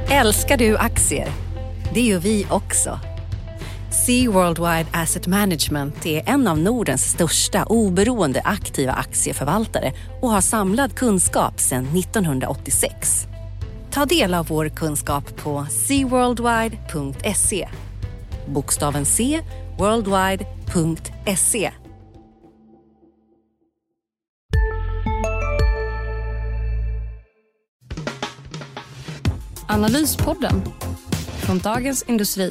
Älskar du aktier? Det gör vi också. Sea Worldwide Asset Management är en av Nordens största oberoende aktiva aktieförvaltare och har samlad kunskap sedan 1986. Ta del av vår kunskap på seaworldwide.se. Bokstaven C, worldwide.se. Analyspodden från Dagens Industri.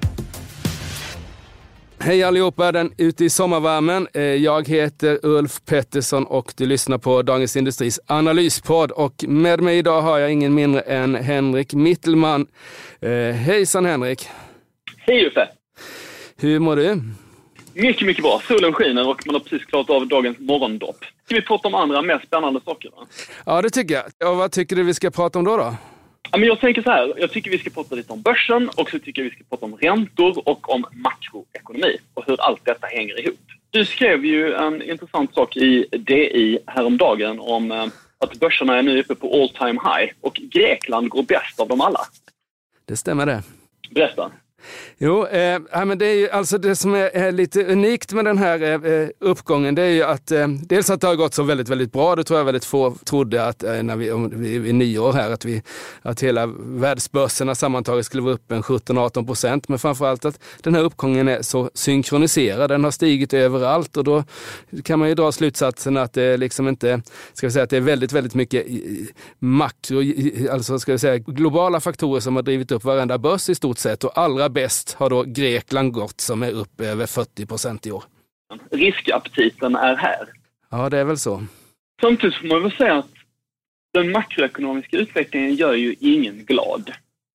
Hej allihopa, den ute i sommarvärmen. Jag heter Ulf Pettersson och du lyssnar på Dagens Industris analyspodd. Och med mig idag har jag ingen mindre än Henrik Mittelman. Hejsan Henrik. Hej Uffe. Hur mår du? Mycket, mycket bra. Solen skiner och man har precis klarat av dagens morgondopp. Ska vi prata om andra mer spännande saker? Va? Ja, det tycker jag. Och vad tycker du vi ska prata om då? Ja, men jag tänker så här. Jag tycker vi ska prata lite om börsen och så tycker jag vi ska prata om räntor och om makroekonomi och hur allt detta hänger ihop. Du skrev ju en intressant sak i DI häromdagen om att börserna är nu uppe på all time high och Grekland går bäst av dem alla. Det stämmer det. Berätta. Jo, men det är ju alltså det som är lite unikt med den här uppgången, det är ju att dels att det har gått så väldigt, väldigt bra. Det tror jag väldigt få trodde att när vi nyår här att hela världsbörserna sammantaget skulle vara upp en 17-18%, men framförallt att den här uppgången är så synkroniserad. Den har stigit överallt och då kan man ju dra slutsatsen att det liksom inte, ska vi säga att det är väldigt, väldigt mycket makro, alltså ska vi säga globala faktorer som har drivit upp varenda börs i stort sett, och allra bäst har då Grekland gått som är upp över 40% i år. Riskaptiten är här. Ja, det är väl så. Samtidigt får man väl säga att den makroekonomiska utvecklingen gör ju ingen glad.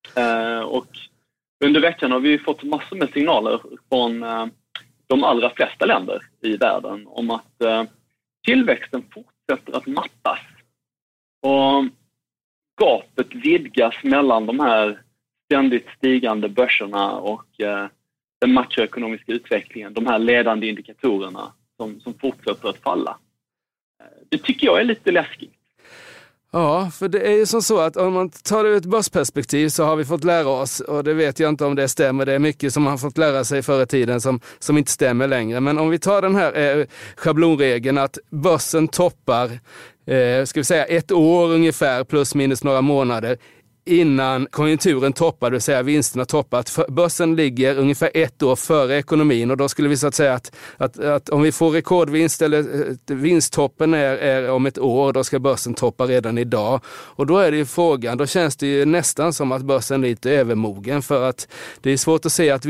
Och under veckan har vi fått massor med signaler från de allra flesta länder i världen om att tillväxten fortsätter att mattas. Och gapet vidgas mellan de här ständigt stigande börserna och den makroekonomiska utvecklingen, de här ledande indikatorerna som fortsätter att falla. Det tycker jag är lite läskigt. Ja, för det är ju som så att om man tar det ur ett börsperspektiv så har vi fått lära oss, och det vet jag inte om det stämmer, det är mycket som man har fått lära sig förr i tiden som inte stämmer längre. Men om vi tar den här schablonregeln att börsen toppar, ska vi säga ett år ungefär plus minus några månader, innan konjunkturen toppar, det vill säga vinsterna toppar. Börsen ligger ungefär ett år före ekonomin, och då skulle vi så att säga att om vi får rekordvinst eller vinsttoppen är om ett år, då ska börsen toppa redan idag. Och då är det ju frågan, då känns det ju nästan som att börsen är lite övermogen, för att det är svårt att se att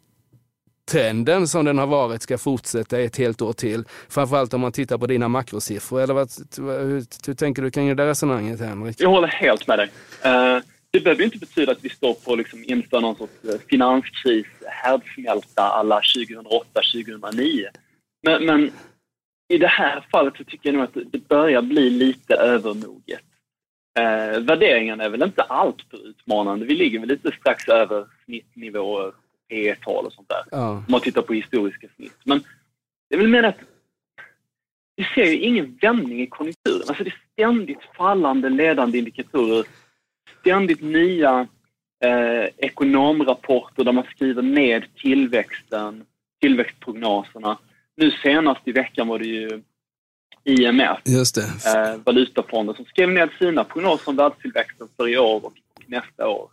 trenden som den har varit ska fortsätta ett helt år till. Framförallt om man tittar på dina makrosiffror. Eller hur tänker du kring det där resonemanget, Henrik? Jag håller helt med dig. Det behöver inte betyda att vi står på inför någon sorts finanskris, härdsmälta alla 2008-2009. Men i det här fallet så tycker jag nog att det börjar bli lite övermoget. Värderingen är väl inte allt för utmanande. Vi ligger väl lite strax över snittnivåer, P-tal och sånt där. Ja. Om man tittar på historiska snitt. Men jag vill mena att vi ser ju ingen vändning i konjunkturen. Alltså det är ständigt fallande ledande indikatorer. Ständigt nya ekonomrapporter där man skriver ned tillväxtprognoserna. Nu senast i veckan var det ju IMF, just det. Valutafonden, som skrev ned sina prognoser om världstillväxten för i år och nästa år.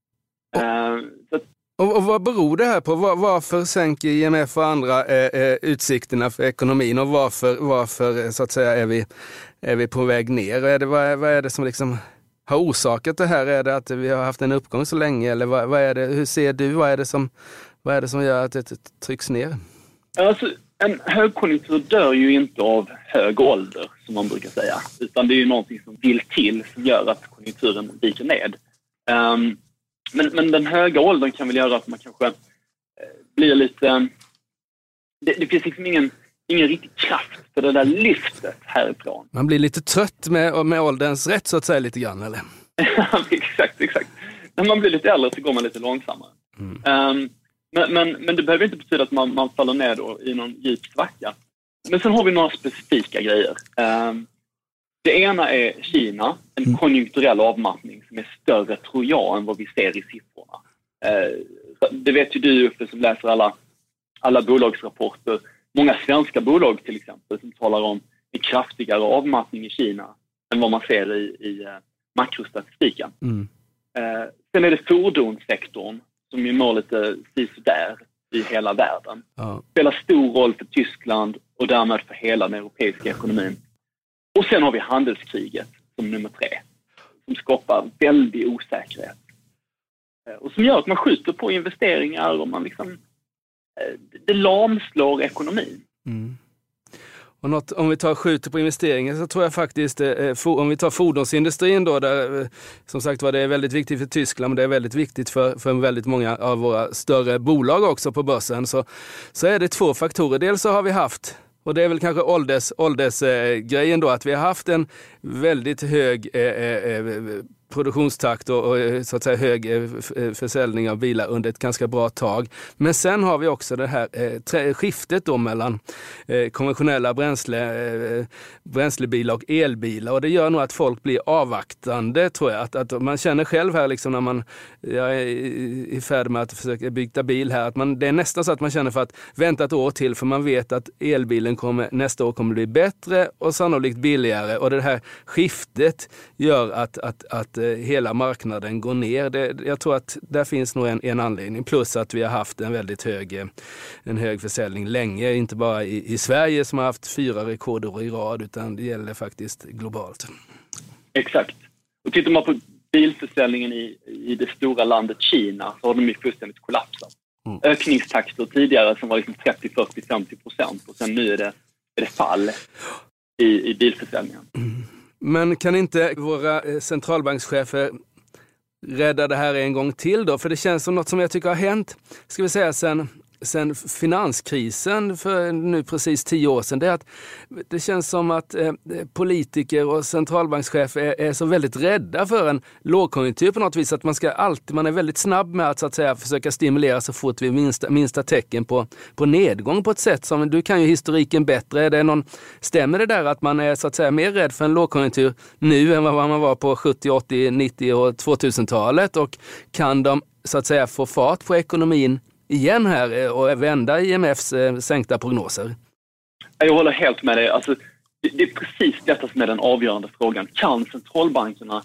Och vad beror det här på? Varför sänker IMF och andra utsikterna för ekonomin, och varför så att säga är vi på väg ner? Vad är det som liksom har orsakat det här? Är det att vi har haft en uppgång så länge, eller vad är det? Hur ser du? Vad är det som gör att det trycks ner? Alltså, en högkonjunktur dör ju inte av hög ålder, som man brukar säga, utan det är ju någonting som vill till som gör att konjunkturen viker ned. Men den höga åldern kan väl göra att man kanske blir lite... Det finns liksom ingen riktig kraft för det där lyftet härifrån. Man blir lite trött med ålderns rätt, så att säga, lite grann, eller? exakt. När man blir lite äldre så går man lite långsammare. Men det behöver inte betyda att man faller ner då i någon djup svacka. Men sen har vi några specifika grejer. Det ena är Kina, en konjunkturell avmattning som är större, tror jag, än vad vi ser i siffrorna. Det vet ju du, Uffe, som läser alla bolagsrapporter. Många svenska bolag till exempel som talar om en kraftigare avmattning i Kina än vad man ser i makrostatistiken. Sen är det fordonssektorn som ju mår lite där i hela världen. Spelar stor roll för Tyskland och därmed för hela den europeiska ekonomin. Och sen har vi handelskriget som nummer 3 som skapar väldig osäkerhet. Och som gör att man skjuter på investeringar och man liksom det lamslår ekonomin. Och om vi tar skjuter på investeringar så tror jag faktiskt, om vi tar fordonsindustrin då, där som sagt var det är väldigt viktigt för Tyskland, men det är väldigt viktigt för väldigt många av våra större bolag också på börsen, så är det 2 faktorer. Dels så har vi haft, och det är väl kanske åldersgrejen då, att vi har haft en väldigt hög produktionstakt och så att säga hög försäljning av bilar under ett ganska bra tag. Men sen har vi också det här skiftet då mellan konventionella bränslebilar och elbilar, och det gör nog att folk blir avvaktande, tror jag. Att man känner själv här liksom när man är i färd med att försöka byta bil här, att det är nästan så att man känner för att vänta ett år till, för man vet att elbilen nästa år kommer bli bättre och sannolikt billigare, och det här skiftet gör att hela marknaden går ner. Jag tror att där finns nog en anledning. Plus att vi har haft en väldigt hög försäljning länge. Inte bara i Sverige som har haft 4 rekordår i rad, utan det gäller faktiskt globalt. Exakt. Och tittar man på bilförsäljningen i det stora landet Kina, så har de ju fullständigt kollapsat. Ökningstakter tidigare som var liksom 30, 40, 50%, och sen nu är det fall i bilförsäljningen. Men kan inte våra centralbankschefer rädda det här en gång till då? För det känns som något som jag tycker har hänt, ska vi säga, sen finanskrisen för nu precis 10 år sedan. Det är att det känns som att politiker och centralbankschefer är så väldigt rädda för en lågkonjunktur på något vis, att man är väldigt snabb med att, så att säga, försöka stimulera så fort vi minsta tecken på nedgång på ett sätt som, du kan ju historiken bättre. Stämmer det där att man är, så att säga, mer rädd för en lågkonjunktur nu än vad man var på 70, 80, 90 och 2000-talet, och kan de, så att säga, få fart på ekonomin igen här och vända IMFs sänkta prognoser? Jag håller helt med dig. Alltså, det är precis detta som är den avgörande frågan. Kan centralbankerna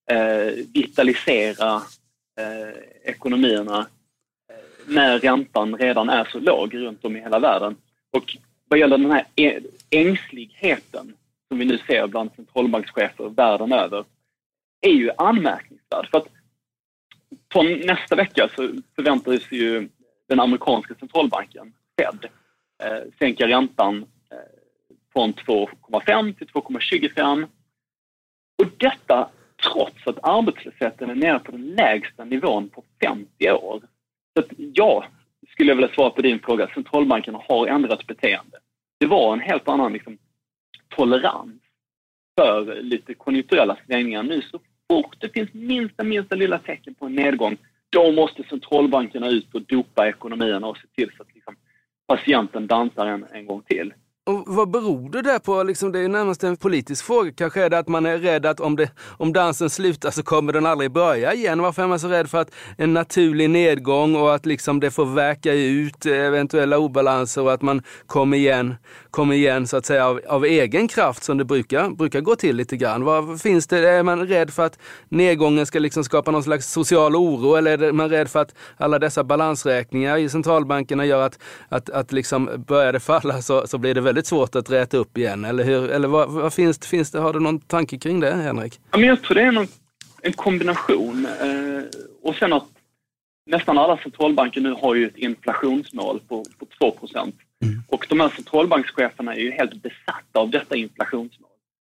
vitalisera ekonomierna när räntan redan är så låg runt om i hela världen? Och vad gäller den här ängsligheten som vi nu ser bland centralbankschefer världen över, är ju anmärkningsvärd. För att på nästa vecka så förväntar sig ju den amerikanska centralbanken, Fed, sänka räntan från 2,5 till 2,25. Och detta trots att arbetslösheten är nere på den lägsta nivån på 50 år. Så att jag skulle vilja svara på din fråga. Centralbankerna har ändrat beteende. Det var en helt annan tolerans för lite konjunkturella svängningar. Nu så fort det finns minsta lilla tecken på en nedgång, då måste centralbankerna ut och dopa ekonomierna och se till så att patienten dansar en gång till. Och vad beror det där på? Det är ju närmast en politisk fråga. Kanske är det att man är rädd att om dansen slutar så kommer den aldrig börja igen. Varför är man så rädd för att en naturlig nedgång och att det får verka ut eventuella obalanser och att man kommer igen så att säga av egen kraft, som det brukar gå till lite grann? Vad finns det? Är man rädd för att nedgången ska skapa någon slags social oro, eller är man rädd för att alla dessa balansräkningar i centralbankerna gör att börjar det falla så blir det väldigt svårt att räta upp igen, eller hur? Eller vad finns det? Har du någon tanke kring det, Henrik? Ja, men jag tror det är en kombination. Och sen att nästan alla centralbanker nu har ju ett inflationsmål på 2%. Och de här centralbankscheferna är ju helt besatta av detta inflationsmål.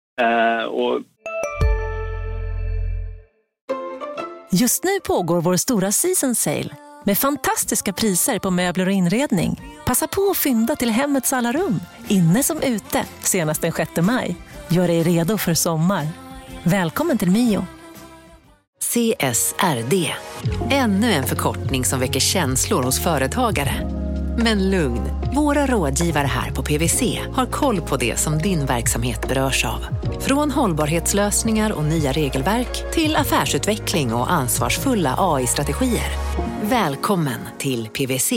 Just nu pågår vår stora season sale med fantastiska priser på möbler och inredning. Passa på att fynda till hemmets alla rum, inne som ute, senast den 6 maj. Gör dig redo för sommar. Välkommen till Mio. CSRD. Ännu en förkortning som väcker känslor hos företagare. Men lugn, våra rådgivare här på PwC har koll på det som din verksamhet berörs av. Från hållbarhetslösningar och nya regelverk till affärsutveckling och ansvarsfulla AI-strategier. Välkommen till PwC.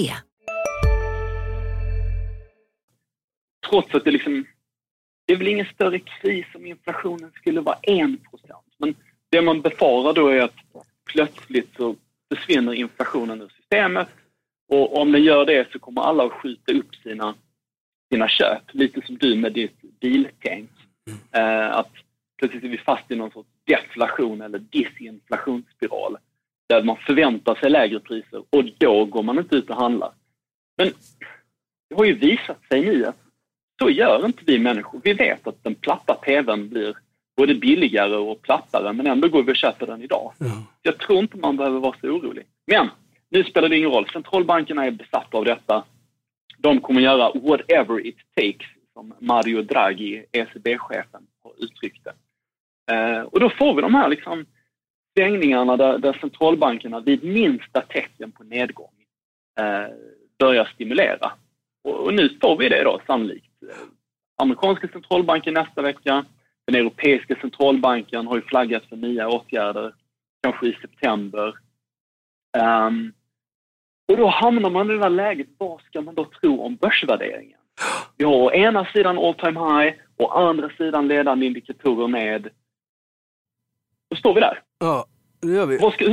Trots att det är väl ingen större kris om inflationen skulle vara 1%. Men det man befarar då är att plötsligt så försvinner inflationen ur systemet. Och om den gör det så kommer alla att skjuta upp sina köp. Lite som du med ditt biltänk. Att plötsligt är vi fast i någon sorts deflation eller disinflationsspiral. Där man förväntar sig lägre priser och då går man inte ut och handlar. Men det har ju visat sig nu att så gör inte vi människor. Vi vet att den platta tvn blir både billigare och plattare, men ändå går vi och köper den idag. Jag tror inte man behöver vara så orolig. Men nu spelar det ingen roll. Centralbankerna är besatta av detta. De kommer göra whatever it takes, som Mario Draghi, ECB-chefen, har uttryckt det. Och då får vi de här svängningarna där centralbankerna vid minsta tecken på nedgång börjar stimulera. Och nu får vi det då sannolikt. Amerikanska centralbanken nästa vecka. Den europeiska centralbanken har ju flaggat för nya åtgärder. Kanske i september. Och då hamnar man i det här läget. Vad ska man då tro om börsvärderingen? Vi har å ena sidan all time high. Och å andra sidan ledande indikatorer med. Då står vi där. Ja, det gör vi. Hur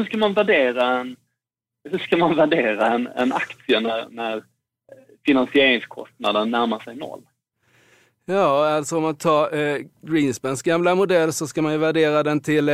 ska man värdera en aktie när finansieringskostnaden närmar sig noll? Ja, alltså om man tar Greenspans gamla modell så ska man ju värdera den till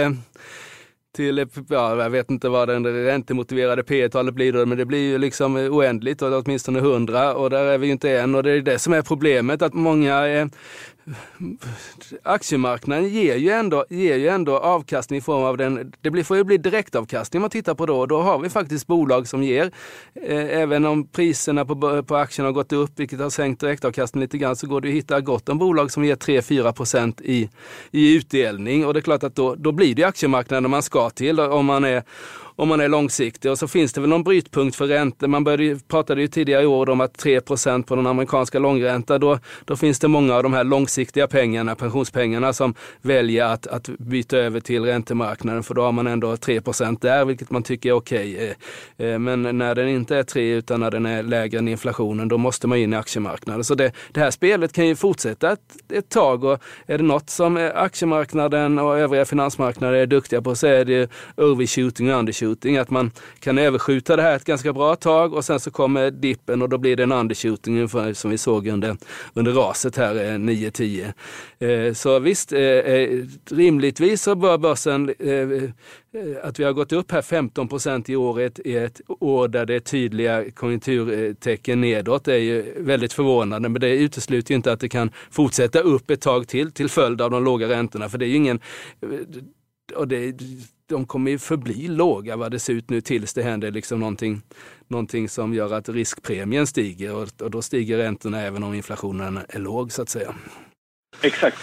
jag vet inte vad den räntemotiverade P-talet blir då, men det blir ju oändligt, och åtminstone 100, och där är vi ju inte än, och det är det som är problemet, att många aktiemarknaden ger ju ändå avkastning i form av får ju bli direktavkastning man tittar på då, och då har vi faktiskt bolag som ger, även om priserna på aktierna har gått upp, vilket har sänkt direktavkastning lite grann, så går det att hitta gott om bolag som ger 3-4% i utdelning, och det är klart att då blir det aktiemarknaden man ska till om man är långsiktig. Och så finns det väl någon brytpunkt för räntor. Man pratade ju tidigare i år om att 3% på den amerikanska långränta. Då finns det många av de här långsiktiga pengarna, pensionspengarna, som väljer att byta över till räntemarknaden, för då har man ändå 3% där, vilket man tycker är okej. Men när den inte är 3 utan när den är lägre än inflationen, då måste man in i aktiemarknaden. Så det här spelet kan ju fortsätta ett tag, och är det något som aktiemarknaden och övriga finansmarknader är duktiga på, så är det overshooting och undershooting. Att man kan överskjuta det här ett ganska bra tag, och sen så kommer dippen och då blir det en undershooting som vi såg under raset här 9-10. Så visst, rimligtvis så bör börsen, att vi har gått upp här 15% i året i ett år där det är tydliga konjunkturtecken nedåt, är ju väldigt förvånande, men det utesluter ju inte att det kan fortsätta upp ett tag till följd av de låga räntorna, för det är ju ingen, och de kommer ju förbli låga vad det ser ut nu tills det händer någonting som gör att riskpremien stiger, och då stiger räntorna även om inflationen är låg, så att säga. Exakt.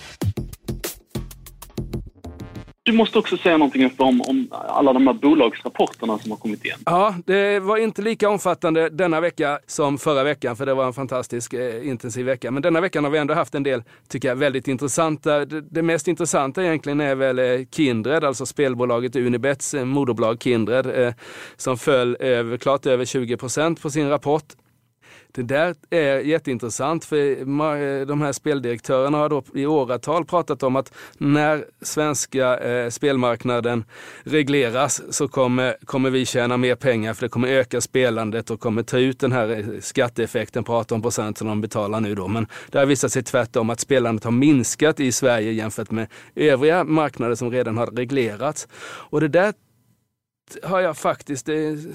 Du måste också säga någonting om alla de här bolagsrapporterna som har kommit in. Ja, det var inte lika omfattande denna vecka som förra veckan, för det var en fantastisk intensiv vecka. Men denna veckan har vi ändå haft en del, tycker jag, väldigt intressanta. Det mest intressanta egentligen är väl Kindred, alltså spelbolaget Unibets moderbolag Kindred, som föll klart över 20% på sin rapport. Det där är jätteintressant, för de här speldirektörerna har då i åratal pratat om att när svenska spelmarknaden regleras så kommer vi tjäna mer pengar, för det kommer öka spelandet och kommer ta ut den här skatteeffekten på 18% som de betalar nu då. Men det har visat sig tvärtom, att spelandet har minskat i Sverige jämfört med övriga marknader som redan har reglerats. Och det där har jag faktiskt,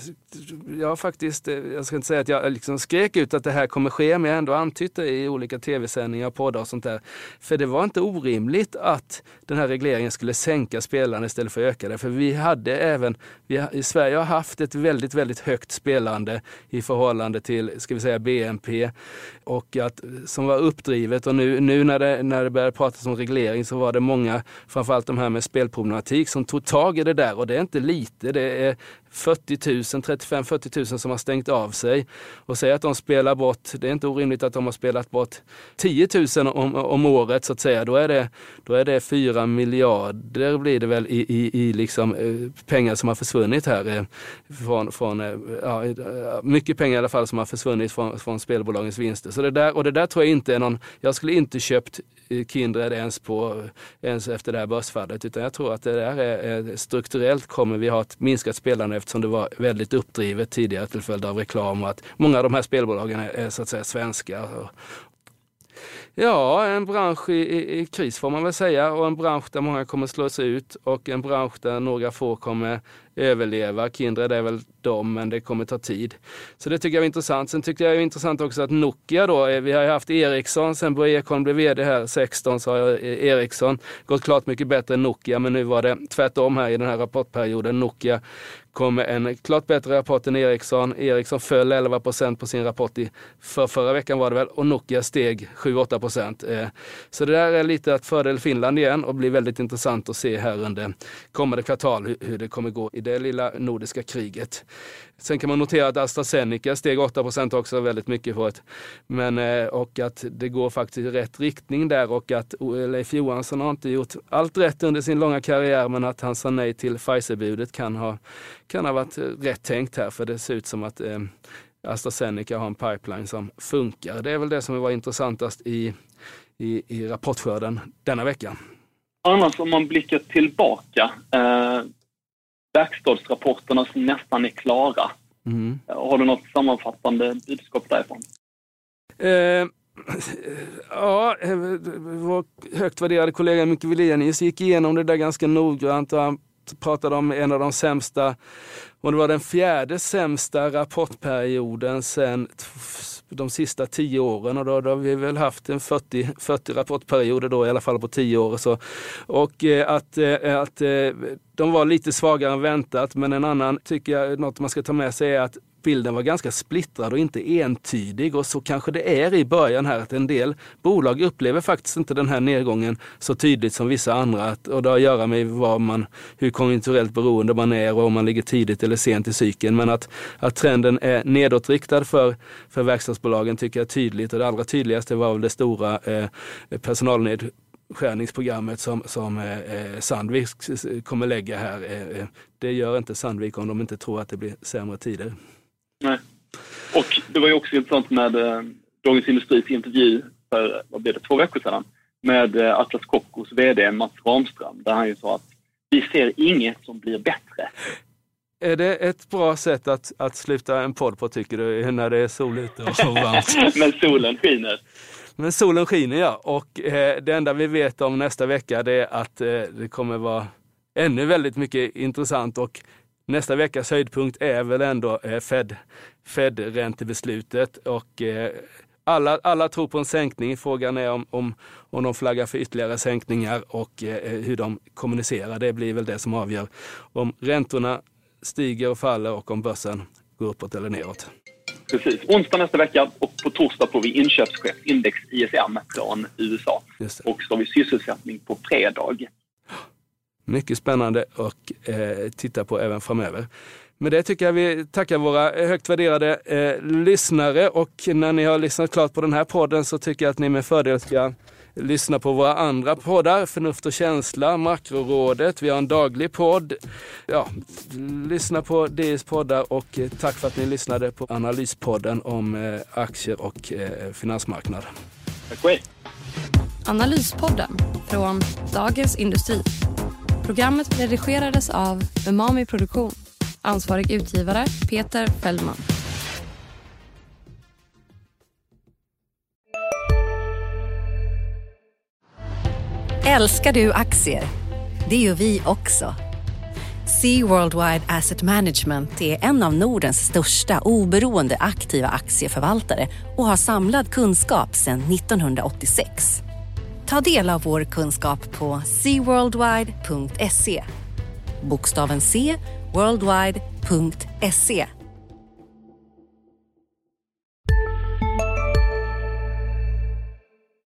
jag ska inte säga att jag skrek ut att det här kommer ske, men jag ändå antytt det i olika tv-sändningar, poddar och sånt där. För det var inte orimligt att den här regleringen skulle sänka spelarna istället för att öka det. För vi i Sverige har haft ett väldigt, väldigt högt spelande i förhållande till, ska vi säga, BNP, och som var uppdrivet, och nu när det började pratas om reglering så var det många, framförallt de här med spelproblematik, som tog tag i det där, och det är inte lite, det är 35-40 000 som har stängt av sig. Och säger att de spelar bort, det är inte orimligt att de har spelat bort 10 000 om året så att säga. Då är det 4 miljarder blir det väl i liksom pengar som har försvunnit här. Mycket pengar i alla fall som har försvunnit från spelbolagens vinster. Så det där tror jag inte är någon, jag skulle inte köpt Kindred ens efter det här börsfallet, utan jag tror att det där är strukturellt kommer vi ha ett minskat spelande eftersom det var väldigt uppdrivet tidigare till följd av reklam och att många av de här spelbolagen är så att säga svenska. Ja, en bransch i kris får man väl säga, och en bransch där många kommer slås ut och en bransch där några få kommer överleva. Kindred är väl dem, men det kommer ta tid. Så det tycker jag är intressant. Sen tycker jag är intressant också att Nokia då, vi har ju haft Ericsson, sen Börje Ekholm blev vd här 16 så har Ericsson gått klart mycket bättre än Nokia, men nu var det tvärtom här i den här rapportperioden. Nokia kom med en klart bättre rapport än Ericsson. Ericsson föll 11% på sin rapport förra veckan var det väl, och Nokia steg 7-8%. Så det där är lite att fördel Finland igen och blir väldigt intressant att se här under kommande kvartal hur det kommer gå i det lilla nordiska kriget. Sen kan man notera att AstraZeneca steg 8% också väldigt mycket på ett. Och att det går faktiskt i rätt riktning där, och att Leif Johansson har inte gjort allt rätt under sin långa karriär, men att han sa nej till Pfizer-budet kan ha varit rätt tänkt här, för det ser ut som att AstraZeneca har en pipeline som funkar. Det är väl det som var intressantast i rapportskörden denna vecka. Annars om man blickar tillbaka, verkstadsrapporterna som nästan är klara. Har du något sammanfattande budskap därifrån? Ja, vår högt värderade kollega Micke Wilenius gick igenom det där ganska noggrant, och han pratade om en av de sämsta, och det var den 4:e sämsta rapportperioden sedan de sista 10 åren, och då har vi väl haft en 40 rapportperioder då i alla fall på 10 år. Så. Och att de var lite svagare än väntat, men en annan tycker jag, något man ska ta med sig är att bilden var ganska splittrad och inte entydig, och så kanske det är i början här att en del bolag upplever faktiskt inte den här nedgången så tydligt som vissa andra, och det har att göra med hur konjunkturellt beroende man är och om man ligger tidigt eller sent i cykeln, men att trenden är nedåtriktad för verkstadsbolagen tycker jag är tydligt, och det allra tydligaste var väl det stora personalnedskärningsprogrammet som Sandvik kommer lägga här. Det gör inte Sandvik om de inte tror att det blir sämre tider. Nej. Och det var ju också intressant med Dagens Industris intervju för, 2 veckor sedan, med Atlas Copcos vd Mats Ramström, där han ju sa att vi ser inget som blir bättre. Är det ett bra sätt att sluta en podd på, tycker du, när det är soligt och varmt? Men solen skiner. Men solen skiner, ja. Och det enda vi vet om nästa vecka det är att det kommer vara ännu väldigt mycket intressant, och nästa veckas höjdpunkt är väl ändå Fed-räntebeslutet, och alla tror på en sänkning. Frågan är om de flaggar för ytterligare sänkningar och hur de kommunicerar. Det blir väl det som avgör om räntorna stiger och faller och om börsen går uppåt eller neråt. Precis. Onsdag nästa vecka, och på torsdag får vi inköpschefsindex ISM från USA. Och så har vi sysselsättning på fredag. Mycket spännande att titta på även framöver. Med det tycker jag vi tackar våra högt värderade lyssnare, och när ni har lyssnat klart på den här podden så tycker jag att ni med fördel ska lyssna på våra andra poddar, Förnuft och känsla, Makrorådet, vi har en daglig podd. Ja, lyssna på DIs poddar, och tack för att ni lyssnade på Analyspodden om aktier och finansmarknad. Tack själv. Analyspodden från Dagens Industri. Programmet redigerades av Umami Produktion. Ansvarig utgivare Peter Fällman. Älskar du aktier? Det gör vi också. Sea Worldwide Asset Management är en av Nordens största oberoende aktiva aktieförvaltare och har samlad kunskap sedan 1986. Ta del av vår kunskap på seaworldwide.se. Bokstaven C, worldwide.se.